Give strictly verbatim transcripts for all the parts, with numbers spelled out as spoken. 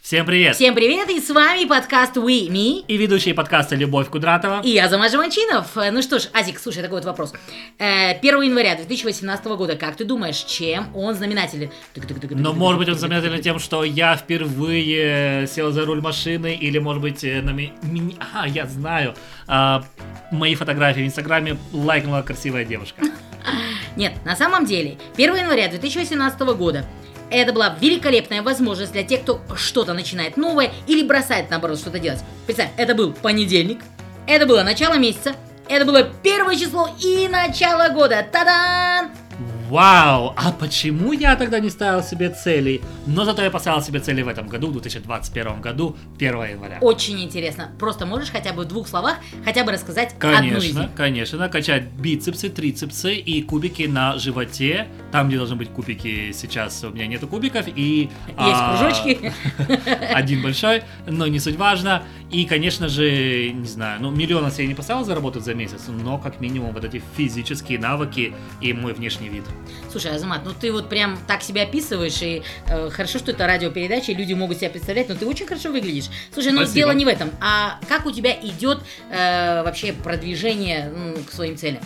Всем привет! Всем привет, и с вами подкаст We Me. И ведущие подкаста Любовь Кудратова. И Азамат Жаманчинов. Ну что ж, Азик, слушай, такой вот вопрос. первого января две тысячи восемнадцатого года, как ты думаешь, чем он знаменателен? Ну, может быть, он знаменателен тем, что я впервые сел за руль машины, или, может быть, на ми... ми... А, я знаю, а, мои фотографии в Инстаграме лайкнула красивая девушка. Нет, на самом деле, первого января две тысячи восемнадцатого года это была великолепная возможность для тех, кто что-то начинает новое или бросает, наоборот, что-то делать. Представь, это был понедельник, это было начало месяца, это было первое число и начало года. Та-дам! Вау! А почему я тогда не ставил себе целей? Но зато я поставил себе цели в этом году, в две тысячи двадцать первом году, первого января. Очень интересно. Просто можешь хотя бы в двух словах хотя бы рассказать конечно, одну из них? Конечно, накачать бицепсы, трицепсы и кубики на животе. Там, где должны быть кубики, сейчас у меня нету кубиков. И, есть а, кружочки. Один большой, но не суть важно. И, конечно же, не знаю, ну, миллиона себе не поставил заработать за месяц, но как минимум вот эти физические навыки и мой внешний вид. Слушай, Азамат, ну ты вот прям так себя описываешь, и э, хорошо, что это радиопередача, и люди могут себя представлять, но ты очень хорошо выглядишь. Слушай, ну Спасибо. дело не в этом, а как у тебя идет э, вообще продвижение ну, к своим целям?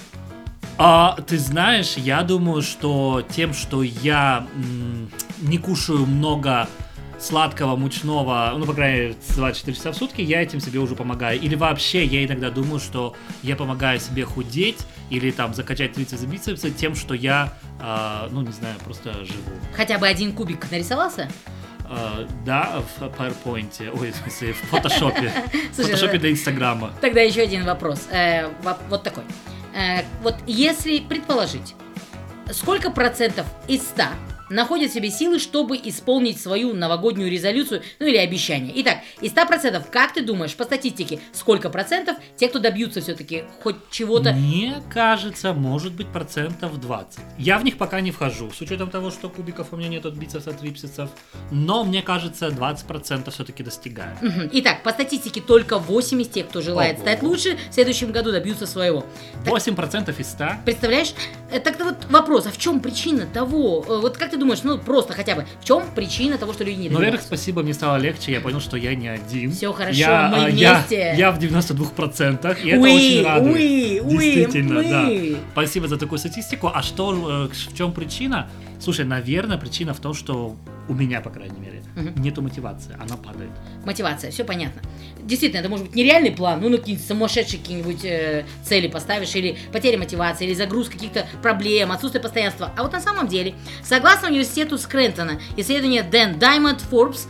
А, ты знаешь, я думаю, что тем, что я м, не кушаю много сладкого, мучного, ну, по крайней мере, двадцать четыре часа в сутки, я этим себе уже помогаю. Или вообще, я иногда думаю, что я помогаю себе худеть или там закачать трицепсы, бицепсы тем, что я, э, ну, не знаю, просто живу. Хотя бы один кубик нарисовался? Э, да, в PowerPoint, ой, в смысле, в фотошопе. В фотошопе до Инстаграма. Тогда еще один вопрос, э, вот такой. Э, вот если предположить, сколько процентов из ста находят в себе силы, чтобы исполнить свою новогоднюю резолюцию, ну или обещание. Итак, из ста процентов, как ты думаешь, по статистике, сколько процентов те, кто добьются все-таки хоть чего-то? Мне кажется, может быть процентов двадцать. Я в них пока не вхожу, с учетом того, что кубиков у меня нет от бицепсов, трицепсов, но мне кажется, двадцать процентов все-таки достигаю. Угу. Итак, по статистике только восемьдесят тех, кто желает Ого. стать лучше, в следующем году добьются своего. восемь процентов из ста? Представляешь? Так-то вот вопрос, а в чем причина того, вот как ты думаешь, ну просто хотя бы, в чем причина того, что люди не Ну, во-первых, добиваются? спасибо, мне стало легче, я понял, что я не один. Все хорошо, я, мы а, вместе. Я, я в девяноста двух процентах, и это Уи, очень радует. уи, уи, Действительно, уи. да. Спасибо за такую статистику. А что, э, в чем причина? Слушай, наверное, причина в том, что у меня, по крайней мере, Мгм. нету мотивации, она падает. Мотивация, все понятно. Действительно, это может быть нереальный план, ну, на какие-нибудь сумасшедшие какие-нибудь э, цели поставишь, или потеря мотивации, или загруз каких-то проблем, отсутствие постоянства. А вот на самом деле, согласно университету Скрентона, исследование Дэн Даймонд Forbes,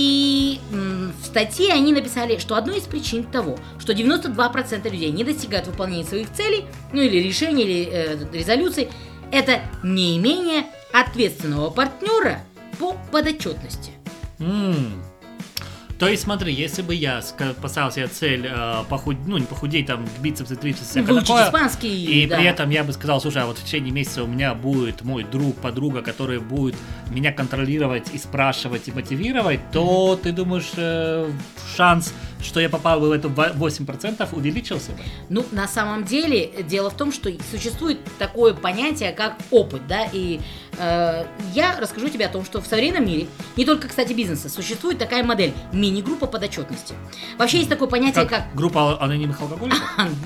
и м, в статье они написали, что одной из причин того, что девяносто два процента людей не достигают выполнения своих целей, ну, или решений, или э, резолюций, это неимение ответственного партнера по подотчетности. М. То есть, смотри, если бы я ска- поставил себе цель э, похуд... ну, не похудеть, там, бицепсы, трицепсы, всякое Выучить такое, испанский, и да. при этом я бы сказал, слушай, а вот в течение месяца у меня будет мой друг, подруга, который будет меня контролировать и спрашивать, и мотивировать, то Мгм. ты думаешь, э, шанс, что я попал бы в эту во- восемь процентов, увеличился бы? Ну, на самом деле, дело в том, что существует такое понятие, как опыт, да, и э, я расскажу тебе о том, что в современном мире, не только, кстати, бизнеса, существует такая модель мини-группа подотчетности. Вообще есть такое понятие, Как как, группа анонимных алкоголиков?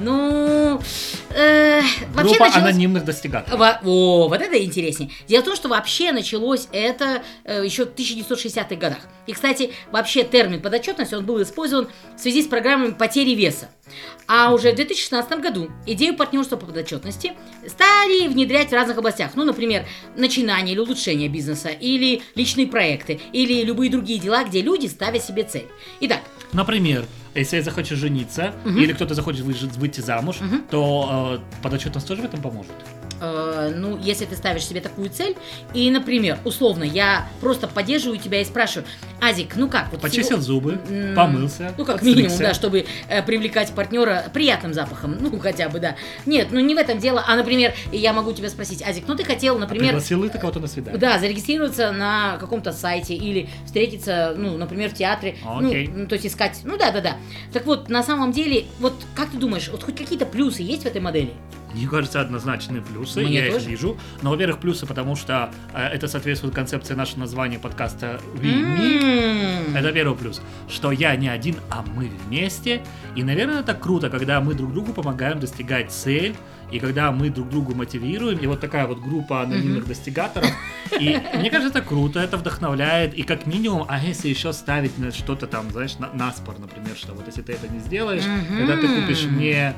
ну, э, вообще Группа началось... анонимных достигателей. Во- О, вот это интереснее. Дело в том, что вообще началось это э, еще в тысяча девятьсот шестидесятых годах. И, кстати, вообще термин подотчетность, он был использован в связи с программой потери веса. А уже в две тысячи шестнадцатом году идею партнерства по подотчетности стали внедрять в разных областях. Ну, например, начинание или улучшение бизнеса, или личные проекты, или любые другие дела, где люди ставят себе цель. Итак, Например, если я захочу жениться, Мгм. или кто-то захочет выйти, выйти замуж, Мгм. то э, подотчетность тоже в этом поможет. э, ну, если ты ставишь себе такую цель, и, например, условно, я просто поддерживаю тебя и спрашиваю, Азик, ну как? Вот Почистил всего- зубы, М, помылся, Ну, как подстригся. минимум, да, чтобы э, привлекать партнера приятным запахом. Ну, хотя бы, да. Нет, ну не в этом дело. А, например, я могу тебя спросить, Азик, ну ты хотел, например, Пригласил ли ты кого-то на свидание? да, зарегистрироваться на каком-то сайте или встретиться, ну, например, в театре. Окей. Ну, ну, то есть искать. Ну да, да, да. Так вот, на самом деле, вот как ты думаешь, вот хоть какие-то плюсы есть в этой модели? Мне кажется, однозначные плюсы, Мне я тоже. их вижу. Но, во-первых, плюсы, потому что э, это соответствует концепции нашего названия подкаста We Me. М. Это первый плюс, что я не один, а мы вместе. И, наверное, это круто, когда мы друг другу помогаем достигать цель, и когда мы друг другу мотивируем, и вот такая вот группа анонимных достигаторов. И мне кажется, это круто, это вдохновляет, и как минимум, а если еще ставить на что-то там, знаешь, на, наспор, например, что вот если ты это не сделаешь, Мгм. когда ты купишь мне,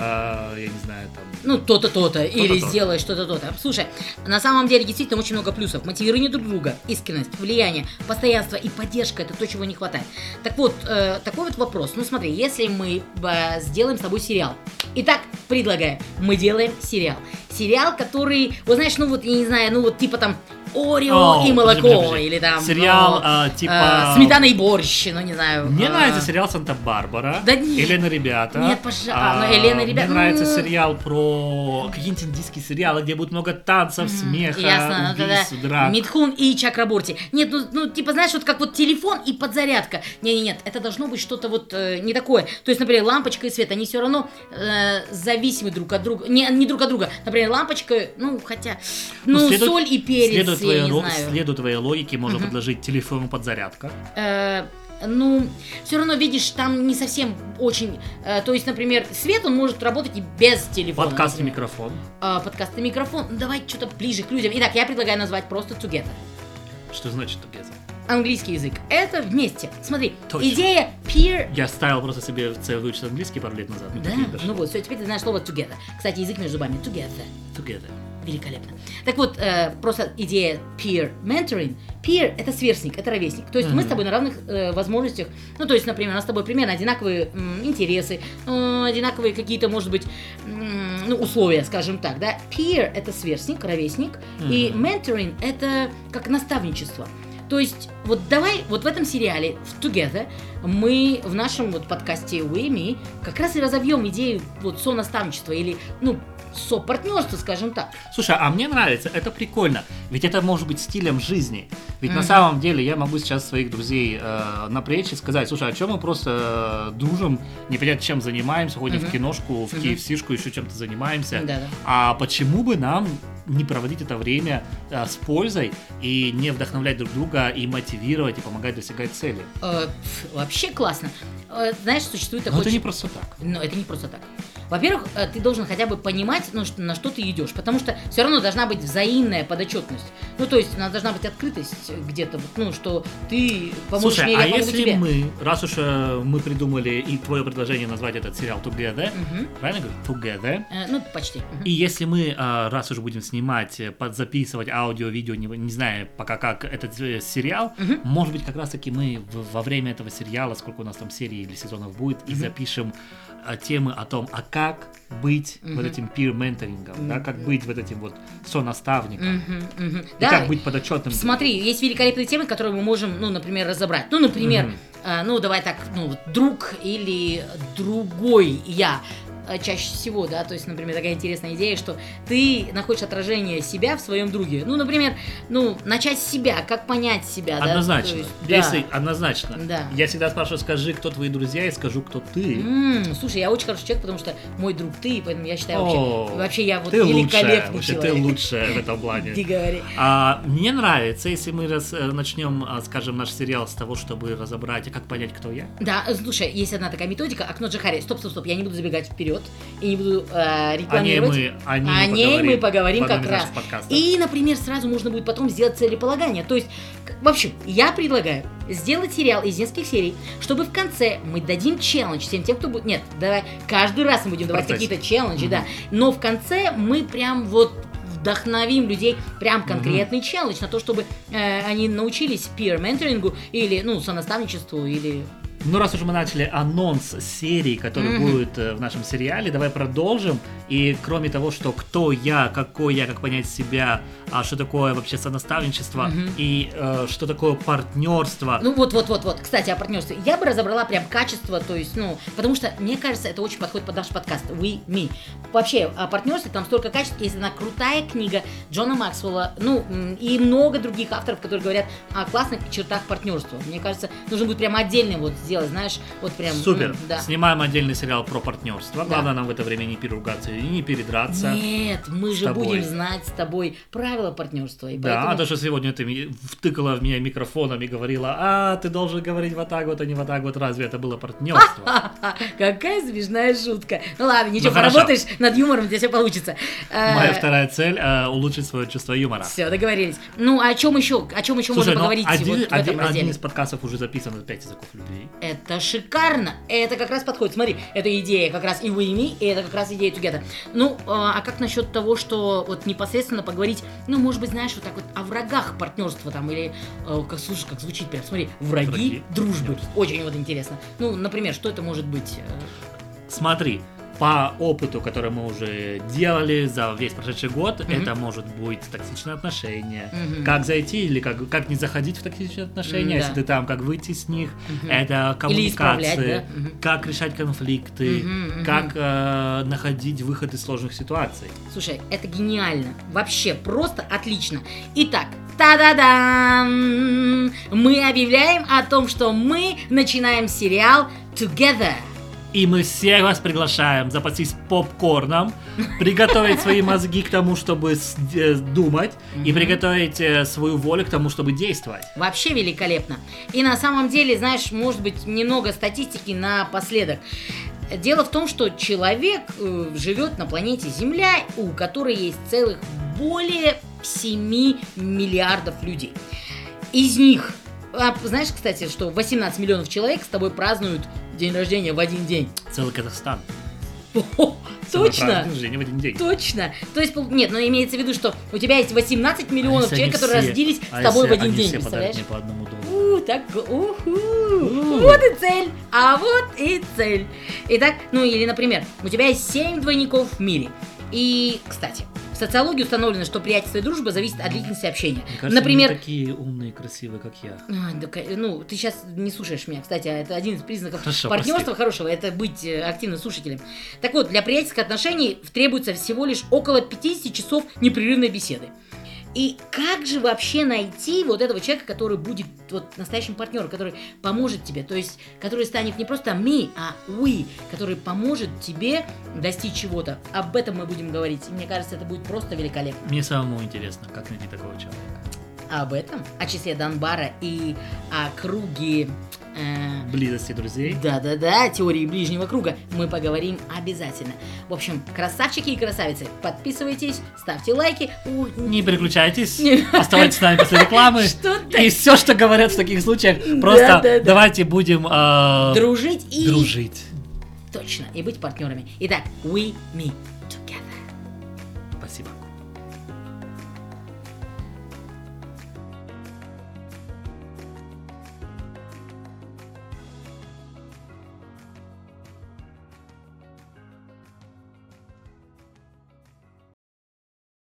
э, я не знаю, там... Ну, то-то, то-то, или То-то, то-то. сделаешь что-то, то-то. Слушай, на самом деле действительно очень много плюсов. Мотивирование друг друга, искренность, влияние, постоянство и поддержка – это то, чего не хватает. Так вот, э, такой вот вопрос. Ну, смотри, если мы э, сделаем с тобой сериал. Итак, предлагаем. Мы делаем сериал. Сериал, который, вот знаешь, ну вот, я не знаю, ну вот типа там Орео О, и молоко, подожди, подожди. или там... Сериал, ну, а, типа- э, сметана и борщ, ну не знаю. Мне э, нравится сериал «Санта-Барбара», Да нет. «Елена, ребята». Нет, пожалуйста. Ну, «Елена, ребята», Мне нравится ну. сериал про какие-нибудь индийские сериалы, где будет много танцев, смеха, Ясно, ну, тогда убийств, драк. Митхун и Чакраборти. Нет, ну, ну, типа, знаешь, вот как вот телефон и подзарядка. Не-не-нет, это должно быть что-то вот э, не такое. То есть, например, лампочка и свет, они все равно э, зависимы друг от друга. Не, не друг от друга. Например, лампочка, ну, хотя, ну, следует- соль и перец, Следуя я твоей, не ро- знаю. следуя твоей логике, можно предложить телефону подзарядка. Э, ну, все равно, видишь, там не совсем очень... э, то есть, например, свет, он может работать и без телефона. Подкаст и например. микрофон. Э, подкаст и микрофон. Ну, давай что-то ближе к людям. Итак, я предлагаю назвать просто Together. Что значит together? Английский язык. Это вместе. Смотри, Точно. идея peer... Я ставил просто себе в цель выучить английский пару лет назад. Да, такие дошли. ну вот, все, теперь ты знаешь слово together. Кстати, язык между зубами. Together. Together. Великолепно. Так вот, э, просто идея peer mentoring. Peer – это сверстник, это ровесник. То есть мы с тобой на равных э, возможностях. Ну, то есть, например, у нас с тобой примерно одинаковые м, интересы, э, одинаковые какие-то, может быть, м, ну, условия, скажем так, да. Peer – это сверстник, ровесник, и mentoring – это как наставничество. То есть, вот давай, вот в этом сериале, в Together, мы в нашем вот подкасте We Me как раз и разовьем идею вот сонаставничества или, ну, сопартнерства, скажем так. Слушай, а мне нравится, это прикольно, ведь это может быть стилем жизни. Ведь на Мгм. самом деле я могу сейчас своих друзей э, напрячь и сказать, слушай, а чем мы просто э, дружим, непонятно чем занимаемся, ходим Мгм. в киношку, в Мгм. кей эф си-шку, еще чем-то занимаемся. Да-да. А почему бы нам не проводить это время э, с пользой и не вдохновлять друг друга и мотивировать и помогать достигать цели? Э, пф, вообще классно. Э, знаешь, существует Но такой... это не ч- просто так. Но это не просто так. Во-первых, э, ты должен хотя бы понимать, ну, что- на что ты идешь, потому что все равно должна быть взаимная подотчетность. Ну, то есть, у нас должна быть открытость где-то, вот, ну, что ты поможешь Слушай, мне, а я помогу если тебе. мы, раз уж э, мы придумали и твое предложение назвать этот сериал Together, Мгм. правильно говорю? Together. Э, ну, почти. Мгм. И если мы, а, раз уже будем снимать, э, подзаписывать аудио, видео, не, не знаю пока как этот э, сериал, Мгм. может быть, как раз-таки мы в- во время этого сериала, сколько у нас там серий или сезонов будет, и запишем а, темы о том, а как быть Мгм. вот этим peer-менторингом, да, как быть вот этим вот сонаставником, Мгм, мгм. и Да, как быть подотчетным. смотри, есть великолепные темы, которые мы можем, ну, например, разобрать. Ну, например, Мгм. э, ну, давай так, ну, вот друг или другой я. Э, Чаще всего, да, то есть, например, такая интересная идея, что ты находишь отражение себя в своем друге. Ну, например, ну, начать с себя, как понять себя, да. Однозначно. то есть, да. Если однозначно. Да. Я всегда спрашиваю, скажи, кто твои друзья, и скажу, кто ты. М, слушай, я очень хороший человек, потому что мой друг ты, и поэтому я считаю вообще, О, вообще я вот ты лучшая, великолепный вообще ты человек. лучшая в этом плане. Не говори. А, мне нравится, если мы раз, э, начнем, а, скажем, наш сериал с того, чтобы разобрать, а как понять, кто я. Да, э, слушай, есть одна такая методика, окно Джохари. Стоп, стоп, стоп, я не буду забегать вперед и не буду э, О ней рекламировать. мы, о ней О мы ней поговорим мы поговорим в одном как из раз. наших подкастов. И, например, сразу можно будет потом сделать целеполагание. То есть, к- в общем, я предлагаю сделать сериал из нескольких серий, чтобы в конце мы дадим челлендж всем тем, кто будет... Нет, давай, каждый раз мы будем давать процессе. какие-то челленджи, Мгм. да. Но в конце мы прям вот вдохновим людей, прям конкретный челлендж на то, чтобы э, они научились peer-менторингу или, ну, сонаставничеству, или... Ну, раз уж мы начали анонс серии, который Мгм. будет э, в нашем сериале, давай продолжим. И кроме того, что кто я, какой я, как понять себя, а что такое вообще сонаставничество Мгм. и э, что такое партнерство. Ну вот, вот, вот, вот. Кстати, о партнерстве. Я бы разобрала прям качество, то есть, ну, потому что, мне кажется, это очень подходит под наш подкаст We Me. Вообще, о партнерстве там столько качеств, есть одна крутая книга Джона Максвелла, ну, м, и много других авторов, которые говорят о классных чертах партнерства. Мне кажется, нужно будет прямо отдельный вот сделать сделать, знаешь, вот прям... Супер. м, да. Снимаем отдельный сериал про партнерство. Да. Главное нам в это время не переругаться и не передраться. Нет, мы с же тобой. будем знать с тобой правила партнерства. И Да, поэтому... а то, что сегодня ты ми- втыкала в меня микрофоном и говорила, а, ты должен говорить вот так вот, а не вот так вот, разве это было партнерство? Ха-ха, какая смешная шутка. Ну ладно, ничего, Ну, хорошо. поработаешь над юмором, у тебя все получится. Моя вторая цель э, улучшить свое чувство юмора. Все, договорились. Ну, о чем еще? О чем еще Слушай, можно ну, поговорить один, вот в этом один, разделе? один из подкастов уже записан на пять языков любви. Это шикарно. Это как раз подходит. Смотри, это идея как раз и We и Me, и это как раз идея Together. Ну, а как насчет того, что вот непосредственно поговорить, ну, может быть, знаешь, вот так вот о врагах партнерства там, или, э, как, слушай, как звучит прям, смотри, враги, Враги дружбы. Очень вот интересно. Ну, например, что это может быть? э, Смотри, по опыту, который мы уже делали за весь прошедший год, Мгм. это может быть токсичные отношения. Мгм. Как зайти или как, как не заходить в токсичные отношения, М, если да. ты там, как выйти с них. Мгм. Это Или исправлять, коммуникации, да? Мгм. как решать конфликты, Мгм, мгм. как э, находить выход из сложных ситуаций. Слушай, это гениально. Вообще, просто отлично. Итак, та-да-дам! Мы объявляем о том, что мы начинаем сериал Together. И мы всех вас приглашаем запастись попкорном, приготовить свои мозги к тому, чтобы с- э, думать, и Мгм. приготовить э, свою волю к тому, чтобы действовать. Вообще великолепно. И на самом деле, знаешь, может быть, немного статистики напоследок. Дело в том, что человек э, живет на планете Земля, у которой есть целых более семи миллиардов людей. Из них, а, знаешь, кстати, что восемнадцать миллионов человек с тобой празднуют день рождения в один день. Целый Казахстан. О, Самый точно? праздник жизни в один день. Точно. То есть, пол- нет, но имеется в виду, что у тебя есть восемнадцать миллионов А если человек, они которые все- родились а с тобой в если один они день, все подарят представляешь? мне по одному доллару. У, так, уху. Вот и цель, а вот и цель. Итак, ну или, например, у тебя есть семь двойников в мире. И, кстати, в социологии установлено, что приятельство и дружба зависит от длительности общения. Мне кажется, Например, они такие умные и красивые, как я. а, да, ка- ну, ты сейчас не слушаешь меня, кстати, а это один из признаков Хорошо, партнерства хорошего, это быть э, активным слушателем. Так вот, для приятельских отношений требуется всего лишь около пятьдесят часов непрерывной беседы. И как же вообще найти вот этого человека, который будет вот настоящим партнером, который поможет тебе, то есть, который станет не просто me, а we, который поможет тебе достичь чего-то. Об этом мы будем говорить. И мне кажется, это будет просто великолепно. Мне самому интересно, как найти такого человека. Об этом, о числе Донбара и о круге... э, Близости друзей. Да-да-да, теории ближнего круга мы поговорим обязательно. В общем, красавчики и красавицы, подписывайтесь, ставьте лайки. У- Не переключайтесь, Не. оставайтесь с нами после рекламы. Что И все, что говорят в таких случаях, просто Да-да-да. давайте будем э, Дружить и... дружить. Точно, и быть партнерами. Итак, we, me.